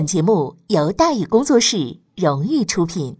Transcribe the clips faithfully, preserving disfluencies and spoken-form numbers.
本节目由大宇工作室荣誉出品。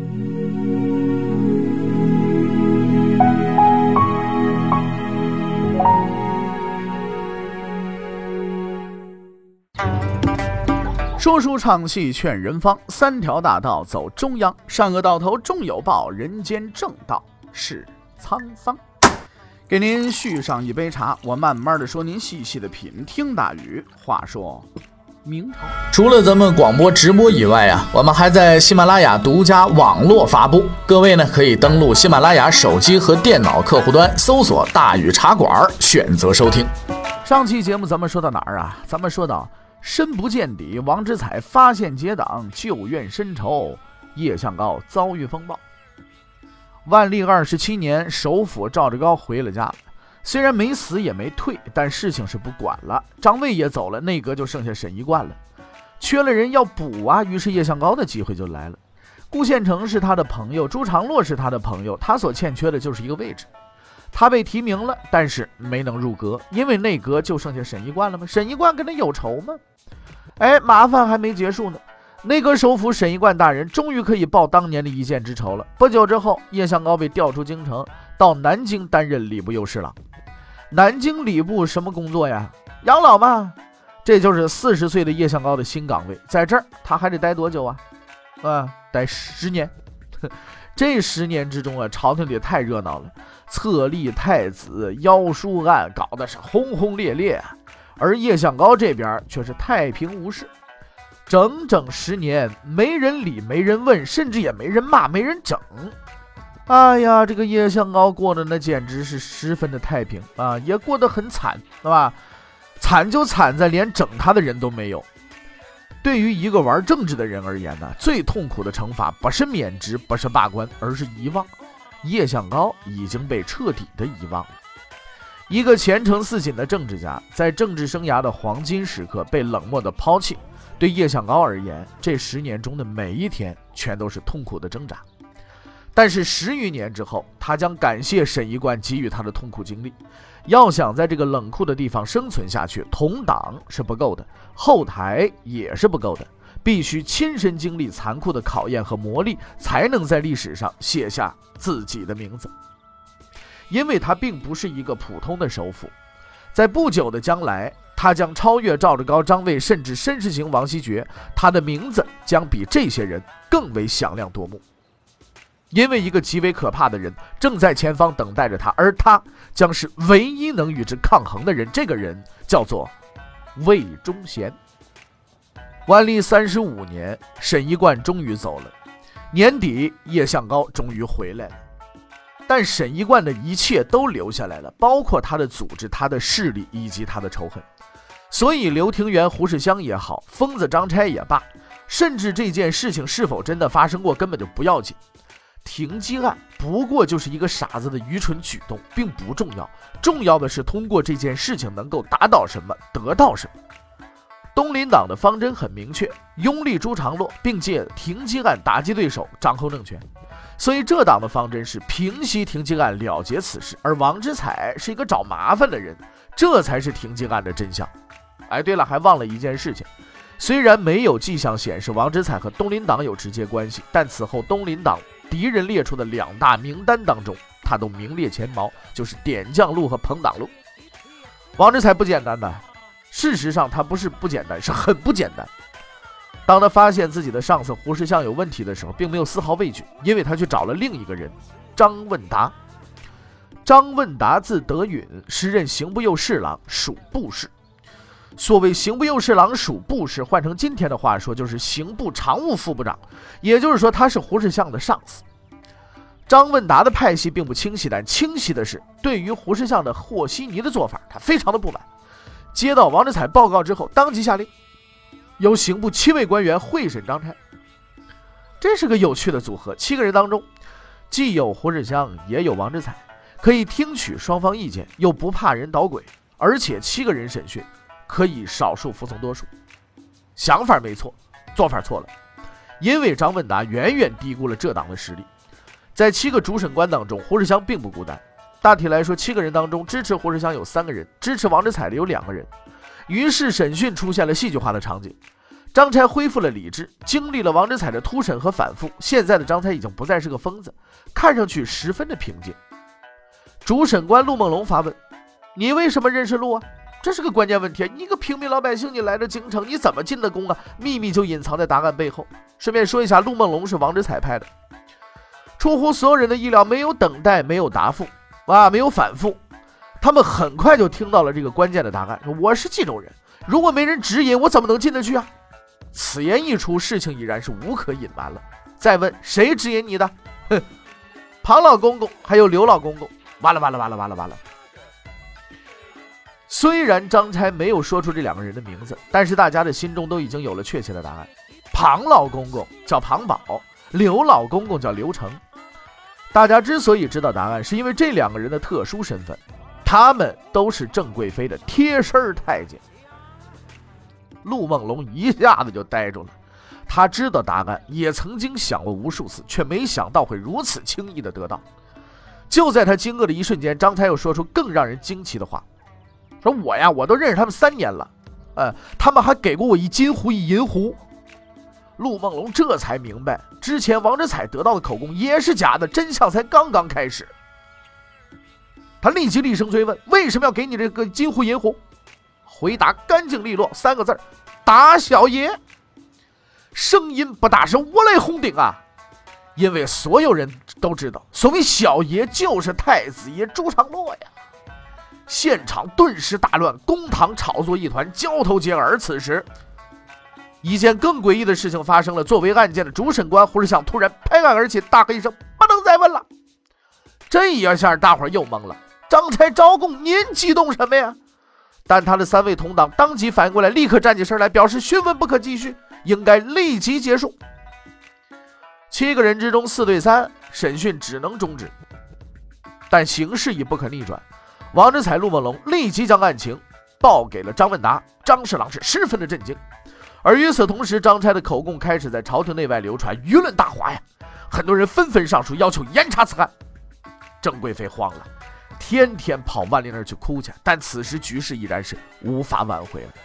说书唱戏劝人方，三条大道走中央，善恶到头终有报，人间正道是沧桑。给您续上一杯茶，我慢慢的说，您细细的品。听大宇话说明朝。 除了咱们广播直播以外啊，我们还在喜马拉雅独家网络发布。各位呢可以登录喜马拉雅手机和电脑客户端，搜索大宇茶馆，选择收听。 上期节目咱们说到哪儿啊？咱们说到深不见底，王之彩发现结党，旧怨深仇，叶向高遭遇风暴。万历二十七年，首辅赵志高回了家，虽然没死也没退，但事情是不管了。张卫也走了，内阁就剩下沈一贯了，缺了人要补啊，于是叶向高的机会就来了。顾宪成是他的朋友，朱常洛是他的朋友，他所欠缺的就是一个位置。他被提名了，但是没能入阁，因为内阁就剩下沈一贯了吗？沈一贯跟他有仇吗？哎，麻烦还没结束呢。内阁首辅沈一贯大人终于可以报当年的一箭之仇了。不久之后，叶向高被调出京城，到南京担任礼部右侍郎。南京礼部什么工作呀？养老嘛。这就是四十岁的叶向高的新岗位。在这儿他还得待多久啊？啊，待十年。这十年之中啊，朝廷里太热闹了，册立太子、妖书案搞得是轰轰烈烈，而叶向高这边却是太平无事。整整十年，没人理，没人问，甚至也没人骂，没人整。哎呀，这个叶向高过的那简直是十分的太平啊，也过得很惨，对吧？惨就惨在连整他的人都没有。对于一个玩政治的人而言呢，最痛苦的惩罚不是免职，不是罢官，而是遗忘。叶向高已经被彻底的遗忘了。一个前程似锦的政治家，在政治生涯的黄金时刻被冷漠的抛弃。对叶向高而言，这十年中的每一天全都是痛苦的挣扎。但是十余年之后，他将感谢沈一贯给予他的痛苦经历。要想在这个冷酷的地方生存下去，同党是不够的，后台也是不够的，必须亲身经历残酷的考验和磨砺，才能在历史上写下自己的名字。因为他并不是一个普通的首辅，在不久的将来，他将超越赵志高、张卫，甚至申时行、王希爵，他的名字将比这些人更为响亮夺目。因为一个极为可怕的人正在前方等待着他，而他将是唯一能与之抗衡的人。这个人叫做魏忠贤。万历三十五年，沈一贯终于走了，年底叶向高终于回来了。但沈一贯的一切都留下来了，包括他的组织、他的势力以及他的仇恨。所以刘廷元、胡世襄也好，疯子张差也罢，甚至这件事情是否真的发生过根本就不要紧。停机案不过就是一个傻子的愚蠢举动，并不重要，重要的是通过这件事情能够达到什么，得到什么。东林党的方针很明确，拥立朱常洛，并借停机案打击对手，掌控政权。所以这党的方针是平息停机案，了结此事。而王之彩是一个找麻烦的人，这才是停机案的真相。哎，对了，还忘了一件事情，虽然没有迹象显示王之彩和东林党有直接关系，但此后东林党敌人列出的两大名单当中，他都名列前茅，就是点将路和朋党路。王之彩不简单的，事实上他不是不简单，是很不简单。当他发现自己的上司胡世襄有问题的时候，并没有丝毫畏惧，因为他去找了另一个人，张问达。张问达字德允，时任刑部右侍郎，属部事。所谓刑部右侍郎属部事，换成今天的话说，就是刑部常务副部长，也就是说他是胡世襄的上司。张问达的派系并不清晰，但清晰的是，对于胡世襄的和稀泥的做法，他非常的不满。接到王之彩报告之后，当即下令由刑部七位官员会审张差。这是个有趣的组合，七个人当中既有胡世襄，也有王之彩，可以听取双方意见，又不怕人捣鬼，而且七个人审讯可以少数服从多数。想法没错，做法错了，因为张问达远远低估了这党的实力。在七个主审官当中，胡世襄并不孤单。大体来说，七个人当中支持胡世襄有三个人，支持王之彩的有两个人。于是审讯出现了戏剧化的场景， 张差恢复了理智，经历了王之彩的突审和反复，现在的张差已经不再是个疯子，看上去十分的平静。主审官陆梦龙发问：你为什么认识陆啊？这是个关键问题，你一个平民老百姓，你来到京城，你怎么进的宫啊？秘密就隐藏在答案背后。顺便说一下，陆梦龙是王之彩派的。出乎所有人的意料，没有等待，没有答复啊，没有反复，他们很快就听到了这个关键的答案，说我是冀州人，如果没人指引，我怎么能进得去啊？此言一出，事情已然是无可隐瞒了。再问谁指引你的？哼，庞老公公还有刘老公公。完了完了完了完了完了！虽然张差没有说出这两个人的名字，但是大家的心中都已经有了确切的答案。庞老公公叫庞宝，刘老公公叫刘成。大家之所以知道答案，是因为这两个人的特殊身份，他们都是郑贵妃的贴身太监。陆梦龙一下子就呆住了，他知道答案，也曾经想过无数次，却没想到会如此轻易的得到。就在他惊愕的一瞬间，张才又说出更让人惊奇的话，说我呀，我都认识他们三年了，呃，他们还给过我一金壶一银壶。陆梦龙这才明白，之前王之彩得到的口供也是假的，真相才刚刚开始。他立即厉声追问，为什么要给你这个金壶银壶？回答干净利落，三个字：打小爷。声音不大，是无雷轰顶啊！因为所有人都知道，所谓小爷就是太子爷朱常洛呀。现场顿时大乱，公堂炒作一团，交头接耳。此时一件更诡异的事情发生了，作为案件的主审官胡世祥突然拍案而起，大喝一声：不能再问了！这一下大伙又懵了，张差招供，您激动什么呀？但他的三位同党当即反应过来，立刻站起身来，表示讯问不可继续，应该立即结束。七个人之中四对三，审讯只能终止。但形势已不可逆转，王之彩、陆梦龙立即将案情报给了张问达，张侍郎是十分的震惊。而与此同时，张差的口供开始在朝廷内外流传，舆论大哗呀，很多人纷纷上书要求严查此案。郑贵妃慌了，天天跑万灵儿去哭去，但此时局势已然是无法挽回了。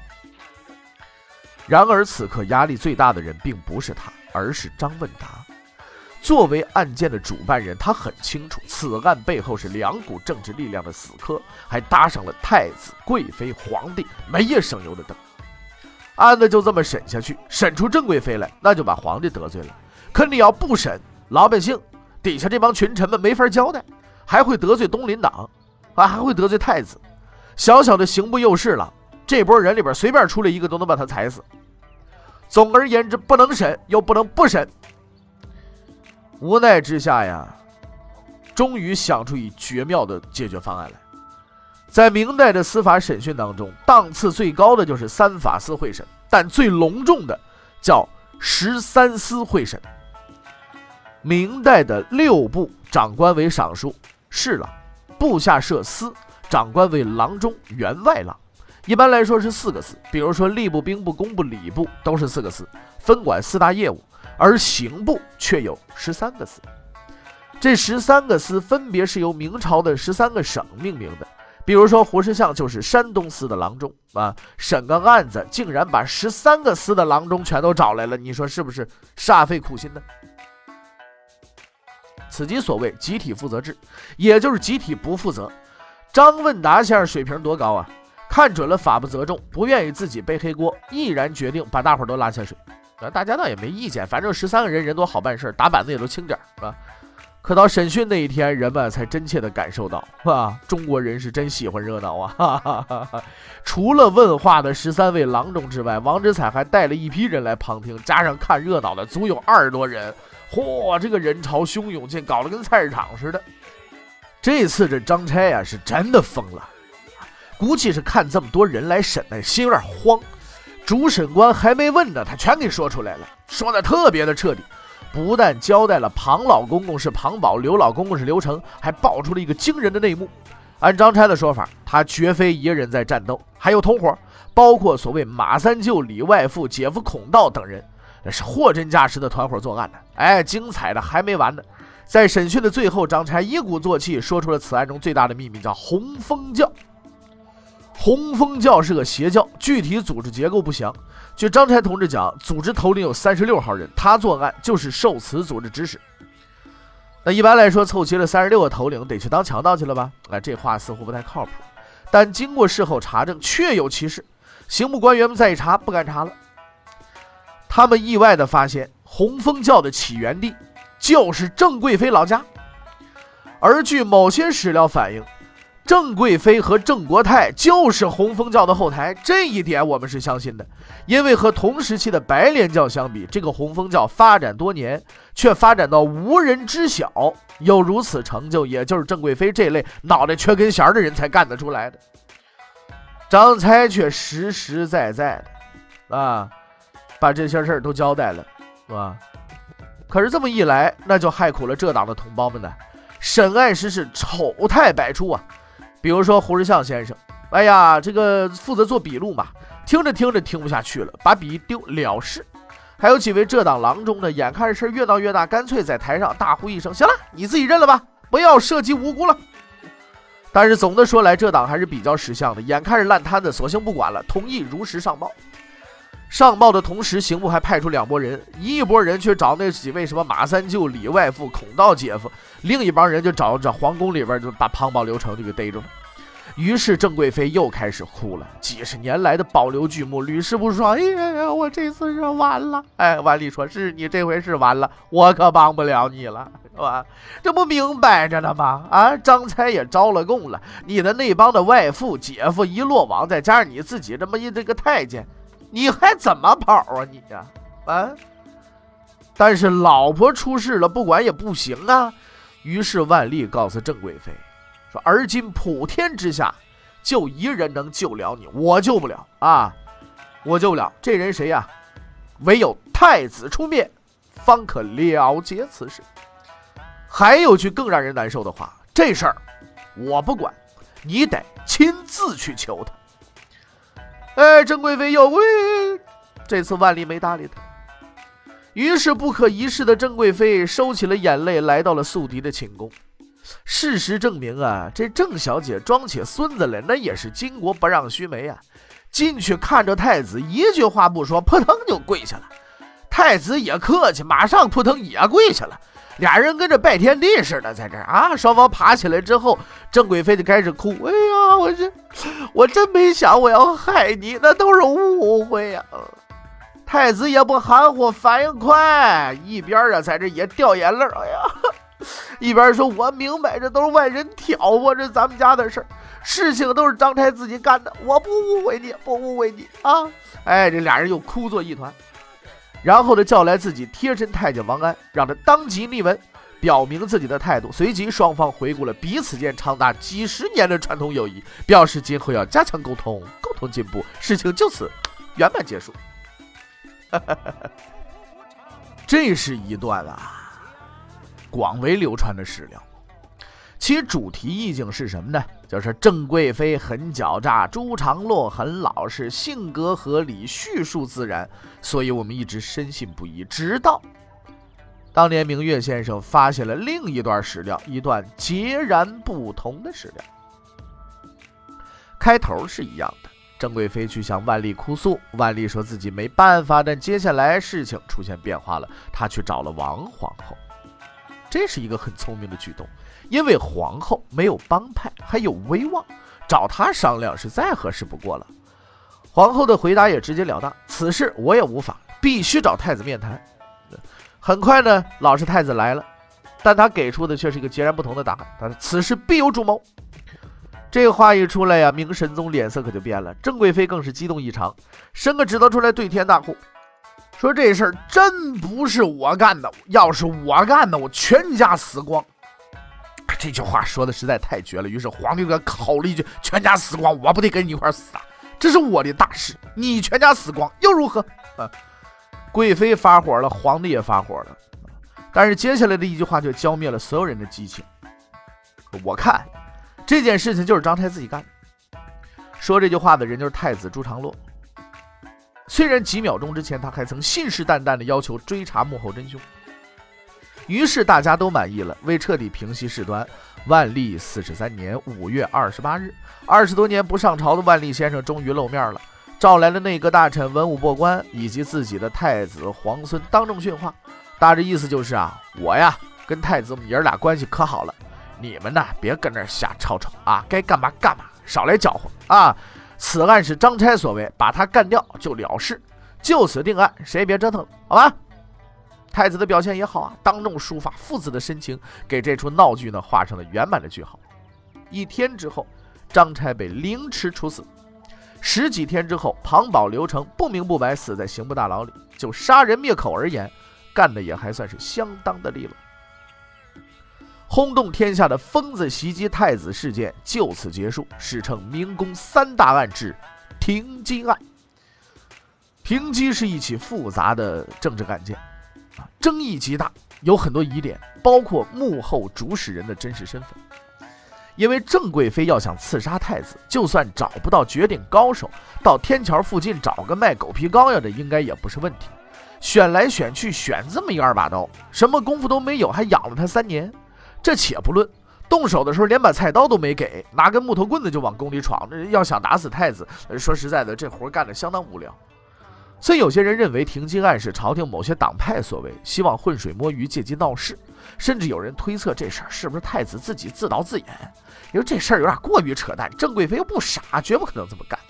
然而此刻压力最大的人并不是他，而是张问达。作为案件的主办人，他很清楚此案背后是两股政治力量的死磕，还搭上了太子、贵妃、皇帝没夜省油的灯。案子就这么审下去，审出郑贵妃来，那就把皇帝得罪了。可你要不审，老百姓底下这帮群臣们没法交代，还会得罪东林党啊，还会得罪太子。小小的刑部右侍郎，这波人里边随便出来一个都能把他踩死。总而言之，不能审又不能不审。无奈之下呀，终于想出一绝妙的解决方案来。在明代的司法审讯当中，档次最高的就是三法司会审，但最隆重的叫十三司会审。明代的六部长官为尚书、侍郎，部下设司，长官为郎中、员外郎。一般来说是四个司，比如说吏部、兵部、工部、礼部都是四个司，分管四大业务，而刑部却有十三个司。这十三个司分别是由明朝的十三个省命名的。比如说胡适相就是山东司的郎中啊，审个案子竟然把十三个司的郎中全都找来了，你说是不是煞费苦心呢？此即所谓集体负责制，也就是集体不负责。张问达先生水平多高啊，看准了法不责众，不愿意自己背黑锅，毅然决定把大伙都拉下水。大家倒也没意见，反正十三个人人多好办事，打板子也都轻点啊。可到审讯那一天，人们才真切地感受到啊，中国人是真喜欢热闹啊！哈哈哈哈。除了问话的十三位郎中之外，王之彩还带了一批人来旁听，加上看热闹的，足有二十多人。嚯，这个人潮汹涌进，搞得跟菜市场似的。这次这张差呀、啊，是真的疯了，估计是看这么多人来审呢，心有点慌。主审官还没问呢，他全给说出来了，说的特别的彻底。不但交代了庞老公公是庞宝，刘老公公是刘成，还爆出了一个惊人的内幕。按张差的说法，他绝非一个人在战斗，还有同伙，包括所谓马三舅、李外父、姐夫孔道等人，那是货真价实的团伙作案的。哎，精彩的还没完呢。在审讯的最后，张差一鼓作气说出了此案中最大的秘密，叫洪峰教。 红枫教是个邪教，具体组织结构不详。据张才同志讲，组织头领有三十六号人，他作案就是受此组织指使。那一般来说，凑齐了三十六个头领，得去当强盗去了吧？哎，这话似乎不太靠谱。但经过事后查证，确有其事。刑部官员们再一查，不敢查了。他们意外地发现，红枫教的起源地就是郑贵妃老家。而据某些史料反映，郑贵妃和郑国泰就是红枫教的后台，这一点我们是相信的。因为和同时期的白莲教相比，这个红枫教发展多年，却发展到无人知晓，有如此成就，也就是郑贵妃这类脑袋缺根弦的人才干得出来的。张才却实实在在的啊，把这些事儿都交代了，是吧？可是这么一来，那就害苦了这党的同胞们呢。审案时是丑态百出啊，比如说胡日向先生，哎呀，这个负责做笔录嘛，听着听着听不下去了，把笔一丢了事。还有几位这党郎中呢，眼看着事越闹越大，干脆在台上大呼一声：“行了，你自己认了吧，不要涉及无辜了。”但是总的说来，这党还是比较识相的，眼看着烂摊子，索性不管了，同意如实上报。上报的同时，刑部还派出两拨人，一拨人去找那几位什么马三舅、李外父、孔道姐夫，另一帮人就找找皇宫里边，就把庞宝刘成就给逮住了。于是郑贵妃又开始哭了，几十年来的保留剧目屡试不爽。哎呀，我这次是完了。哎，万历说：“是你这回是完了，我可帮不了你了，是吧？这不明摆着呢吗？啊，张才也招了供了，你的那帮的外父、姐夫一落网，再加上你自己这么一这个太监，你还怎么跑啊你呀？啊！但是老婆出事了，不管也不行啊。于是万历告诉郑贵妃说：“而今普天之下，就一人能救了你，我救不了啊，我救不了。这人谁呀？唯有太子出面，方可了结此事。”还有句更让人难受的话：“这事儿我不管，你得亲自去求他。”哎，郑贵妃又喂，这次万历没搭理他。于是不可一世的郑贵妃收起了眼泪，来到了宿敌的寝宫。事实证明啊，这郑小姐装起孙子来，那也是巾帼不让须眉啊。进去看着太子，一句话不说，扑腾就跪下了。太子也客气，马上扑腾也跪下了。俩人跟着拜天地似的，在这儿啊，双方爬起来之后，郑贵妃就开始哭。哎呀，我这我真没想我要害你，那都是误会呀、啊。太子也不含糊，反应快，一边啊在这也掉眼泪。哎呀，一边说：“我明白，这都是外人挑拨着咱们家的事儿，事情都是张太自己干的，我不误会你，不误会你啊！”哎，这俩人又哭作一团。然后呢，叫来自己贴身太监王安，让他当即立文，表明自己的态度。随即双方回顾了彼此间长达几十年的传统友谊，表示今后要加强沟通，共同进步。事情就此圆满结束。这是一段啊广为流传的史料，其主题意境是什么呢？就是郑贵妃很狡诈，朱常洛很老实，性格合理，叙述自然，所以我们一直深信不疑。直到当年明月先生发现了另一段史料，一段截然不同的史料。开头是一样的，郑贵妃去向万历哭诉，万历说自己没办法，但接下来事情出现变化了，他去找了王皇后。这是一个很聪明的举动，因为皇后没有帮派，还有威望，找她商量是再合适不过了。皇后的回答也直截了当：此事我也无法，必须找太子面谈。很快呢，老实太子来了，但他给出的却是一个截然不同的答案，他说此事必有主谋。这个话一出来呀，明神宗脸色可就变了，郑贵妃更是激动异常，伸个指头出来对天大哭，说这事儿真不是我干的，要是我干的，我全家死光。这句话说的实在太绝了，于是皇帝给他吼了一句：全家死光，我不得跟你一块死啊！这是我的大事，你全家死光又如何？啊，贵妃发火了，皇帝也发火了，但是接下来的一句话就浇灭了所有人的激情。我看这件事情就是张太自己干的。说这句话的人就是太子朱常洛。虽然几秒钟之前他还曾信誓旦旦地要求追查幕后真凶， 于是大家都满意了。为彻底平息事端，万历四十三年五月二十八日，二十多年不上朝的万历先生终于露面了，召来了内阁大臣、文武百官以及自己的太子皇孙当众训话。大致意思就是啊，我呀跟太子我们爷俩关系可好了，你们呢别跟那瞎吵吵啊，该干嘛干嘛，少来搅和啊。此案是张差所为，把他干掉就了事，就此定案，谁也别折腾了，好吧？太子的表现也好啊，当众抒发父子的深情，给这出闹剧呢画上了圆满的句号。一天之后，张差被凌迟处死。十几天之后，庞宝、刘成不明不白死在刑部大牢里。就杀人灭口而言，干的也还算是相当的利落。轰动天下的疯子袭击太子事件就此结束，史称明宫三大案之停机案。停机是一起复杂的政治案件，争议极大，有很多疑点，包括幕后主使人的真实身份。因为郑贵妃要想刺杀太子，就算找不到绝顶高手，到天桥附近找个卖狗皮膏药的应该也不是问题。选来选去选这么一二把刀，什么功夫都没有，还养了他三年。这且不论，动手的时候连把菜刀都没给，拿根木头棍子就往宫里闯，要想打死太子，说实在的，这活干得相当无聊。所以有些人认为停机案是朝廷某些党派所为，希望浑水摸鱼，借机闹事，甚至有人推测这事儿是不是太子自己自导自演，因为这事儿有点过于扯淡，郑贵妃又不傻，绝不可能这么干。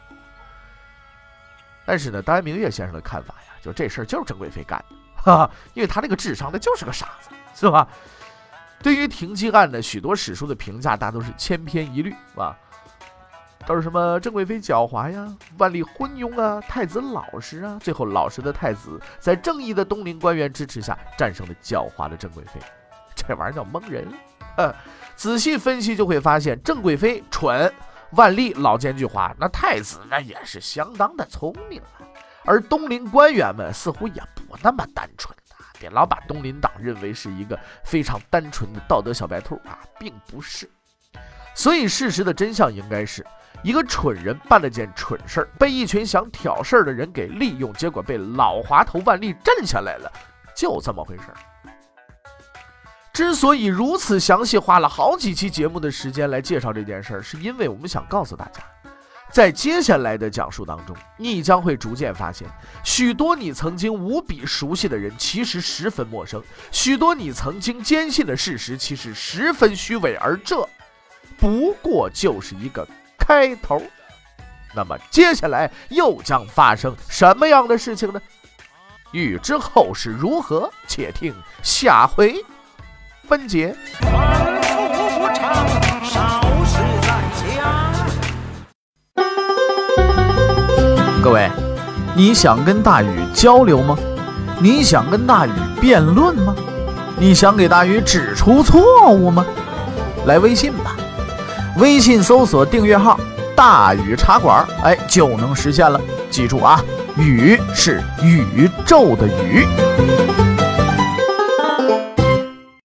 但是呢，单明月先生的看法呀，就这事儿就是郑贵妃干的，哈哈，因为他那个智商，他就是个傻子，是吧？对于停机案呢，许多史书的评价大都是千篇一律，啊，都是什么郑贵妃狡猾呀，万历昏庸啊，太子老实啊，最后老实的太子在正义的东陵官员支持下战胜了狡猾的郑贵妃，这玩意儿叫蒙人。呃，仔细分析就会发现，郑贵妃蠢，万历老奸巨猾，那太子那也是相当的聪明啊，而东陵官员们似乎也不那么单纯。别老把东林党认为是一个非常单纯的道德小白兔啊，并不是。所以事实的真相应该是，一个蠢人办了件蠢事，被一群想挑事的人给利用，结果被老滑头万历震下来了，就这么回事。之所以如此详细，花了好几期节目的时间来介绍这件事，是因为我们想告诉大家，在接下来的讲述当中，你将会逐渐发现，许多你曾经无比熟悉的人其实十分陌生，许多你曾经坚信的事实其实十分虚伪，而这不过就是一个开头。那么接下来又将发生什么样的事情呢？欲知后事如何，且听下回分解。反复不长，少时在家。各位，你想跟大禹交流吗？你想跟大禹辩论吗？你想给大禹指出错误吗？来微信吧，微信搜索订阅号大禹茶馆，哎，就能实现了。记住啊，禹是宇宙的宇。